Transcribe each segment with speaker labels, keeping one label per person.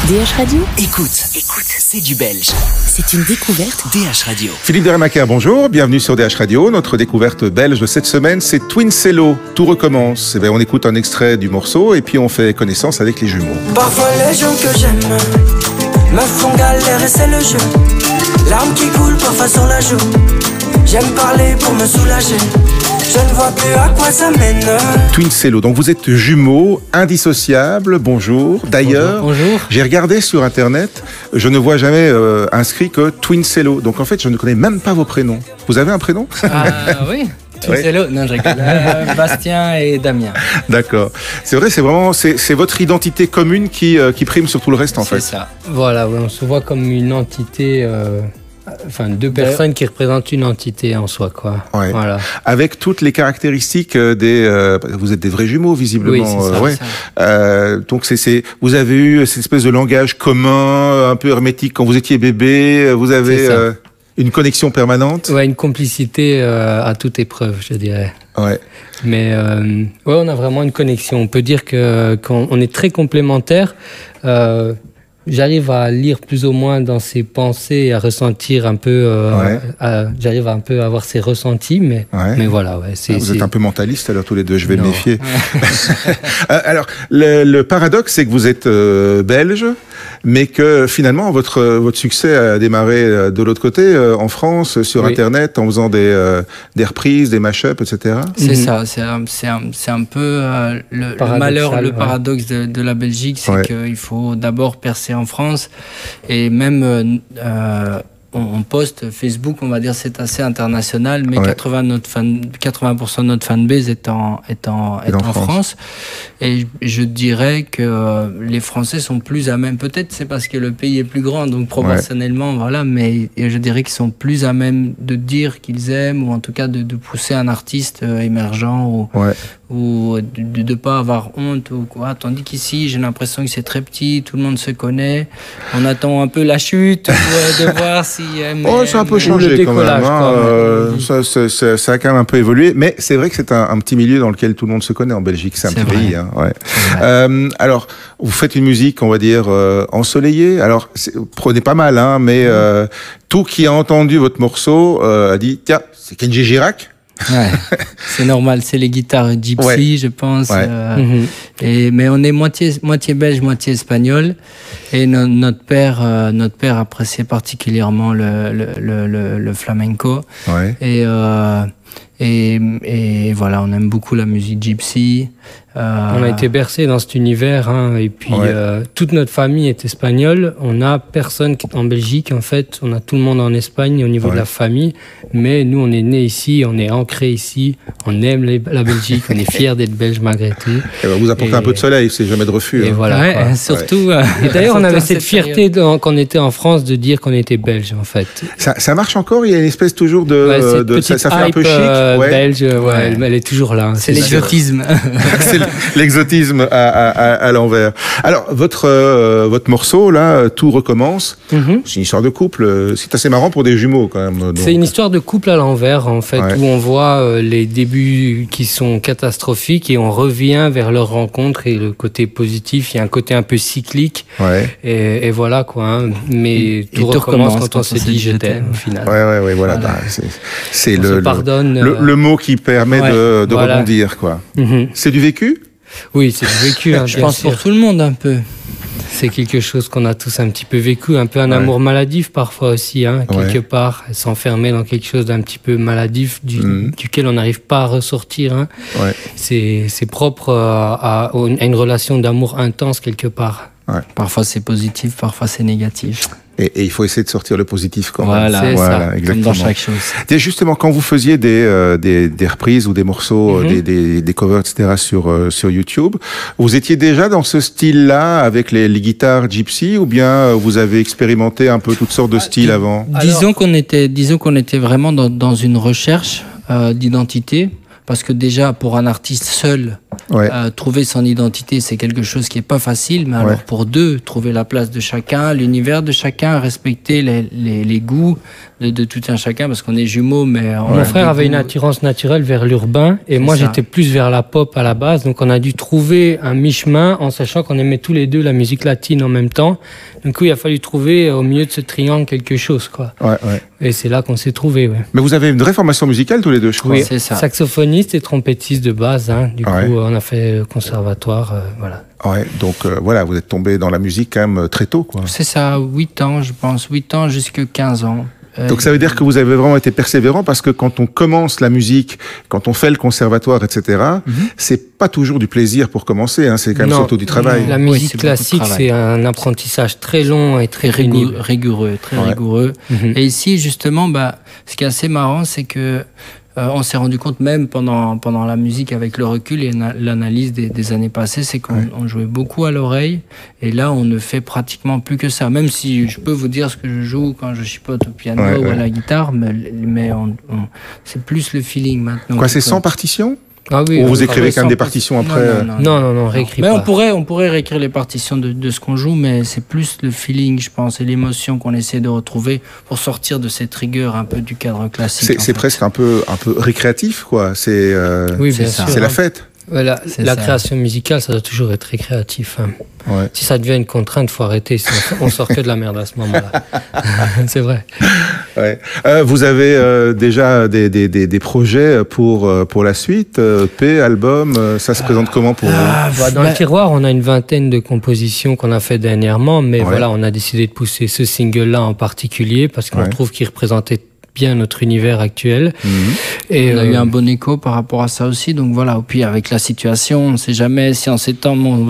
Speaker 1: DH Radio.
Speaker 2: Écoute, c'est du belge.
Speaker 1: C'est une découverte.
Speaker 2: DH Radio.
Speaker 3: Philippe Dermaker, bonjour, bienvenue sur DH Radio. Notre découverte belge de cette semaine, c'est Twin Cello. Tout recommence. On écoute un extrait du morceau et puis on fait connaissance avec les jumeaux.
Speaker 4: Parfois les gens que j'aime me font galérer, c'est le jeu. Larmes qui coulent parfois sur la joue. J'aime parler pour me soulager. Je ne vois plus à quoi ça mène.
Speaker 3: Twin Cello, donc vous êtes jumeaux, indissociables, bonjour. D'ailleurs,
Speaker 5: bonjour.
Speaker 3: J'ai regardé sur internet, je ne vois jamais inscrit que Twin Cello. Donc en fait, je ne connais même pas vos prénoms. Vous avez un prénom ?
Speaker 5: Oui. Twin Cello, non, je rigole. Bastien et Damien.
Speaker 3: D'accord. C'est vrai, c'est votre identité commune qui prime sur tout le reste en fait.
Speaker 5: C'est ça. Voilà, ouais, on se voit comme une entité. Deux personnes qui représentent une entité en soi, quoi.
Speaker 3: Ouais.
Speaker 5: Voilà.
Speaker 3: Avec toutes les caractéristiques vous êtes des vrais jumeaux visiblement.
Speaker 5: Oui, c'est ça.
Speaker 3: Ouais.
Speaker 5: Ça.
Speaker 3: Donc vous avez eu cette espèce de langage commun, un peu hermétique quand vous étiez bébé. Vous avez une connexion permanente.
Speaker 5: Ouais, une complicité à toute épreuve, je dirais.
Speaker 3: Ouais.
Speaker 5: Mais on a vraiment une connexion. On peut dire qu'on est très complémentaires. J'arrive à lire plus ou moins dans ses pensées et à ressentir un peu. J'arrive à un peu avoir ses ressentis, mais voilà. Ouais,
Speaker 3: vous êtes un peu mentaliste alors tous les deux. Je vais me méfier. Alors le paradoxe, c'est que vous êtes belge, mais que finalement votre succès a démarré de l'autre côté, en France, sur Internet, en faisant des reprises, des mash-ups, etc.
Speaker 6: C'est ça. C'est un peu le malheur, le paradoxe de la Belgique, c'est qu'il faut d'abord percer en France et même on poste Facebook, on va dire c'est assez international, mais 80% de notre fanbase est en France. Et je dirais que les Français sont plus à même, peut-être c'est parce que le pays est plus grand, donc proportionnellement, voilà, mais je dirais qu'ils sont plus à même de dire qu'ils aiment, ou en tout cas de pousser un artiste émergent, ou de ne pas avoir honte, ou quoi. Tandis qu'ici, j'ai l'impression que c'est très petit, tout le monde se connaît, on attend un peu la chute de voir si...
Speaker 3: c'est un peu changé quand même. Ça a quand même un peu évolué, mais c'est vrai que c'est un petit milieu dans lequel tout le monde se connaît en Belgique, c'est un petit pays. Alors, vous faites une musique, on va dire, ensoleillée. Alors, prenez pas mal, mais tout qui a entendu votre morceau a dit, tiens, c'est Kenji Girac.
Speaker 6: Ouais, c'est normal, c'est les guitares gypsy, je pense. Mais on est moitié belge, moitié espagnol. Et notre père appréciait particulièrement le flamenco. Et voilà, on aime beaucoup la musique gypsy.
Speaker 5: On a été bercé dans cet univers, et puis toute notre famille est espagnole. On a personne qui est en Belgique, en fait. On a tout le monde en Espagne au niveau de la famille. Mais nous, on est nés ici, on est ancrés ici. On aime la Belgique, on est fiers d'être belges malgré tout.
Speaker 3: Et vous apportez un peu de soleil, c'est jamais de refus.
Speaker 5: Et voilà,
Speaker 6: surtout.
Speaker 5: Et d'ailleurs, on avait cette fierté quand on était en France de dire qu'on était belge, en fait.
Speaker 3: Ça marche encore. Il y a une espèce toujours de ça fait un peu chic.
Speaker 5: Belge, elle est toujours là.
Speaker 6: C'est l'exotisme.
Speaker 3: C'est l'exotisme à l'envers. Alors, votre morceau, là, Tout recommence, c'est une histoire de couple. C'est assez marrant pour des jumeaux, quand même. Donc.
Speaker 5: C'est une histoire de couple à l'envers, en fait, où on voit les débuts qui sont catastrophiques et on revient vers leur rencontre et le côté positif. Il y a un côté un peu cyclique. Et voilà, quoi. Mais tout recommence quand on se dit je t'aime, au final.
Speaker 3: Voilà. C'est le mot qui permet de rebondir, quoi. C'est du vécu ?
Speaker 5: Oui, c'est du vécu.
Speaker 6: Je pense pour tout le monde, un peu.
Speaker 5: C'est quelque chose qu'on a tous un petit peu vécu, un peu un amour maladif parfois aussi, quelque part, s'enfermer dans quelque chose d'un petit peu maladif duquel on n'arrive pas à ressortir. C'est propre à une relation d'amour intense quelque part.
Speaker 6: Parfois c'est positif, parfois c'est négatif.
Speaker 3: Et il faut essayer de sortir le positif quand
Speaker 6: même.
Speaker 3: Voilà, exactement.
Speaker 6: Comme dans chaque chose.
Speaker 3: Et justement, quand vous faisiez des reprises ou des morceaux, des covers, etc. sur YouTube, vous étiez déjà dans ce style-là avec les guitares gypsy, ou bien vous avez expérimenté un peu toutes sortes de styles avant ?
Speaker 6: Disons qu'on était vraiment dans une recherche d'identité, parce que déjà pour un artiste seul, trouver son identité, c'est quelque chose qui est pas facile, mais alors pour deux, trouver la place de chacun, l'univers de chacun, respecter les goûts de tout un chacun, parce qu'on est jumeaux, mais...
Speaker 5: Mon frère avait une attirance naturelle vers l'urbain, et moi j'étais plus vers la pop à la base, donc on a dû trouver un mi-chemin, en sachant qu'on aimait tous les deux la musique latine en même temps. Du coup, il a fallu trouver au milieu de ce triangle quelque chose, quoi. Et c'est là qu'on s'est trouvés,
Speaker 3: Mais vous avez une vraie formation musicale tous les deux, je crois.
Speaker 5: Oui, c'est ça. Saxophoniste et trompettiste de base, hein. Du coup, on a fait conservatoire, voilà.
Speaker 3: Ouais, donc voilà, vous êtes tombé dans la musique quand même très tôt, quoi.
Speaker 6: C'est ça, 8 ans, je pense, 8 ans jusqu'à 15 ans.
Speaker 3: Donc ça veut dire que vous avez vraiment été persévérant, parce que quand on commence la musique, quand on fait le conservatoire, etc., c'est pas toujours du plaisir pour commencer, hein, c'est quand même surtout du travail.
Speaker 5: La musique classique, c'est un apprentissage très long et très
Speaker 6: rigoureux, très rigoureux. Et ici, justement, ce qui est assez marrant, c'est que on s'est rendu compte, même pendant la musique, avec le recul et l'analyse des années passées, c'est qu'on jouait beaucoup à l'oreille, et là on ne fait pratiquement plus que ça, même si je peux vous dire ce que je joue quand je chipote au piano ou à la guitare, mais c'est plus le feeling maintenant.
Speaker 3: Quoi, c'est sans partition ?
Speaker 5: Ah oui,
Speaker 3: ou vous écrivez quand même des partitions après?
Speaker 5: Non, on réécrit pas.
Speaker 6: On pourrait réécrire les partitions de ce qu'on joue, mais c'est plus le feeling, je pense, et l'émotion qu'on essaie de retrouver pour sortir de cette rigueur un peu du cadre classique.
Speaker 3: C'est presque un peu récréatif, quoi. C'est la fête.
Speaker 5: Voilà, la création musicale, ça doit toujours être récréatif. Hein. Si ça devient une contrainte, il faut arrêter. On sort que de la merde à ce moment-là. C'est vrai.
Speaker 3: Vous avez déjà des projets pour la suite, EP, album, ça se présente comment pour vous?
Speaker 5: Dans le tiroir, on a une vingtaine de compositions qu'on a fait dernièrement, mais voilà, on a décidé de pousser ce single-là en particulier parce qu'on trouve qu'il représentait bien notre univers actuel.
Speaker 6: Et on a eu un bon écho par rapport à ça aussi, donc voilà. Et puis avec la situation, on ne sait jamais si en septembre on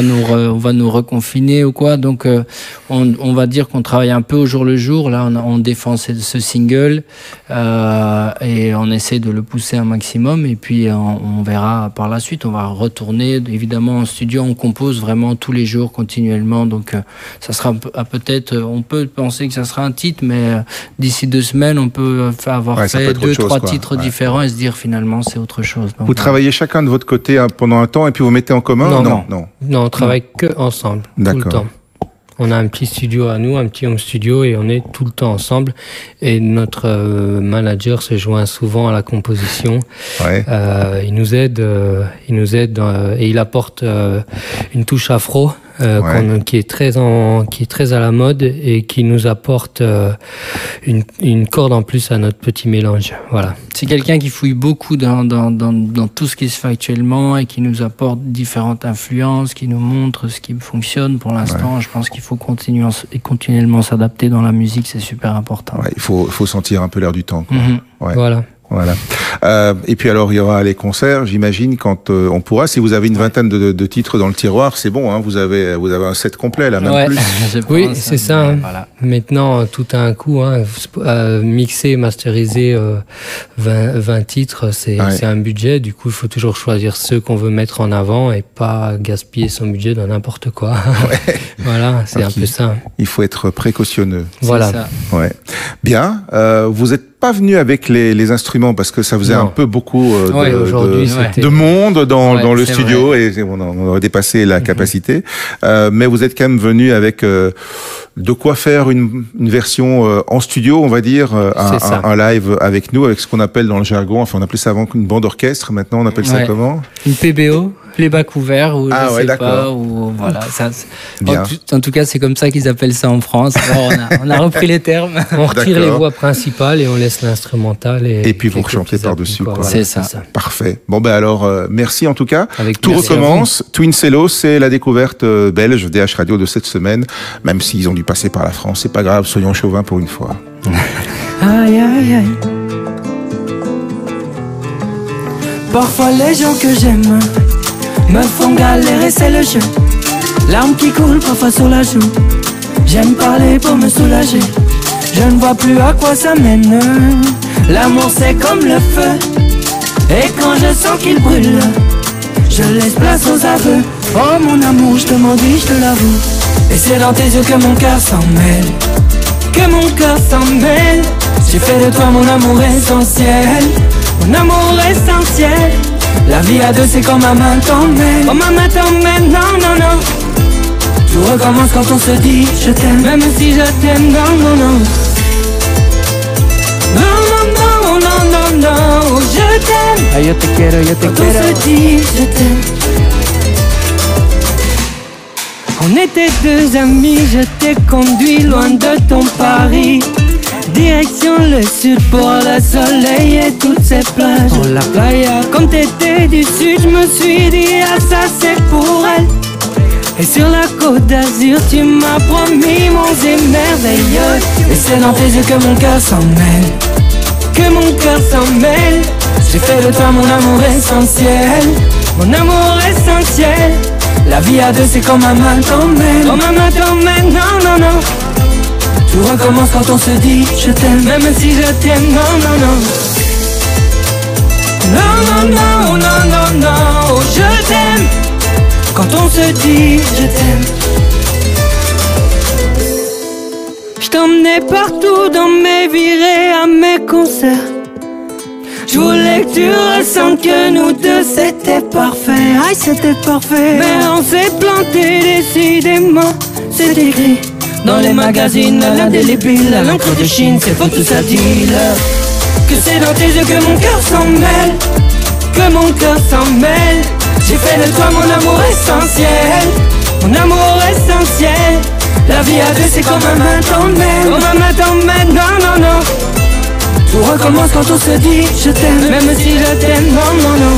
Speaker 6: va nous reconfiner ou quoi, donc on va dire qu'on travaille un peu au jour le jour. Là on défend ce single et on essaie de le pousser un maximum, et puis on verra par la suite. On va retourner évidemment en studio, on compose vraiment tous les jours continuellement, donc ça sera peut-être, on peut penser que ça sera un titre, mais d'ici 2 semaines on peut avoir fait 2-3 titres différents et se dire finalement c'est autre chose. Donc,
Speaker 3: vous travaillez chacun de votre côté pendant un temps et puis vous mettez en commun?
Speaker 5: Non, on travaille que ensemble, tout le temps. On a un petit studio à nous, un petit home studio, et on est tout le temps ensemble. Et notre manager se joint souvent à la composition. Il nous aide et il apporte une touche afro. Qui est très à la mode et qui nous apporte une corde en plus à notre petit mélange. Voilà.
Speaker 6: C'est quelqu'un qui fouille beaucoup dans tout ce qui se fait actuellement et qui nous apporte différentes influences, qui nous montre ce qui fonctionne pour l'instant. Je pense qu'il faut continuellement s'adapter dans la musique, c'est super important.
Speaker 3: Il faut sentir un peu l'air du temps, quoi.
Speaker 5: Voilà.
Speaker 3: Et puis alors il y aura les concerts, j'imagine, quand on pourra. Si vous avez une vingtaine de titres dans le tiroir, c'est bon, hein, vous avez un set complet là, même plus.
Speaker 5: Oui, c'est ça. Hein. Voilà. Maintenant, tout à un coup, hein, mixer, masteriser 20 titres, c'est un budget. Du coup, il faut toujours choisir ceux qu'on veut mettre en avant et pas gaspiller son budget dans n'importe quoi. Voilà, c'est un peu ça.
Speaker 3: Il faut être précautionneux.
Speaker 5: Voilà.
Speaker 6: Ça.
Speaker 3: Bien. Vous êtes pas venu avec les instruments parce que ça faisait un peu beaucoup de monde dans le studio, vrai. Et on aurait dépassé la capacité. Mais vous êtes quand même venu avec de quoi faire une version en studio, on va dire, un live avec nous, avec ce qu'on appelle dans le jargon, enfin on appelait ça avant une bande orchestre, maintenant on appelle ça comment?
Speaker 6: Une PBO. Playback ouvert, ou je sais pas, ou voilà. Ça, en tout cas, c'est comme ça qu'ils appellent ça en France. Alors, on a repris les termes.
Speaker 5: On retire les voix principales et on laisse l'instrumental.
Speaker 3: Et puis vous chantez par-dessus.
Speaker 5: Voilà,
Speaker 6: c'est ça.
Speaker 3: Parfait. Bon, alors, merci en tout cas. Tout
Speaker 5: merci
Speaker 3: recommence. Twin Cello, c'est la découverte belge DH Radio de cette semaine. Même s'ils ont dû passer par la France, c'est pas grave, soyons chauvins pour une fois.
Speaker 4: Aïe, aïe, aïe. Parfois les gens que j'aime me font galérer, c'est le jeu. Larmes qui coulent parfois sur la joue. J'aime parler pour me soulager. Je ne vois plus à quoi ça mène. L'amour c'est comme le feu. Et quand je sens qu'il brûle, je laisse place aux aveux. Oh mon amour, je te maudis, je te l'avoue. Et c'est dans tes yeux que mon cœur s'en mêle. Que mon cœur s'en mêle. J'ai fait de toi mon amour essentiel. Mon amour essentiel. La vie à deux c'est quand ma main t'emmène. Quand ma main t'emmène, non, non, non. Tout recommence quand on se dit je t'aime. Même si je t'aime, non, non, non. Non, non, non, non, non, non, je t'aime.
Speaker 6: Ah, yo te quiero, yo te
Speaker 4: quand
Speaker 6: quiero.
Speaker 4: On se dit je t'aime. On était deux amis, je t'ai conduit loin de ton Paris. Direction le sud pour le soleil et toutes ces plages. Pour la playa. Quand t'étais du sud, je me suis dit ah ça c'est pour elle. Et sur la côte d'Azur, tu m'as promis monts et merveilleux. Et c'est dans tes yeux que mon cœur s'en mêle. Que mon cœur s'en mêle. J'ai fait de toi mon amour essentiel. Mon amour essentiel. La vie à deux c'est quand ma main t'emmène. Quand ma main t'emmène, non, non, non. Tout recommence quand on se dit je t'aime. Même si je t'aime, non, non, non. Non, non, non, non, non, non, je t'aime. Quand on se dit je t'aime. Je t'emmenais partout dans mes virées, à mes concerts. Je voulais que tu ressentes que nous deux c'était parfait. Aïe c'était parfait. Mais on s'est planté décidément. C'est écrit dans les magazines, l'indélébile, l'encre de Chine, c'est faux tout ça dit là. Que c'est dans tes yeux que mon cœur s'en mêle. Que mon cœur s'en mêle. J'ai fait de toi mon amour essentiel. Mon amour essentiel. La vie à deux c'est comme ma main t'emmène. Comme ma main t'emmène, non, non, non. Tout recommence quand on se dit je t'aime. Même si je t'aime, non, non, non.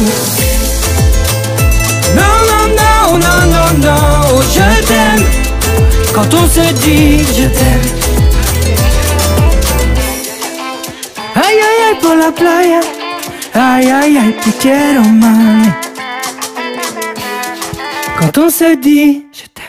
Speaker 4: Non, non, non, non, non, non, je t'aime. Quand on se dit je t'aime. Aïe, aïe, aïe, pour la playa. Aïe, aïe, aïe, te quiero, mami. Quand on se dit je t'aime.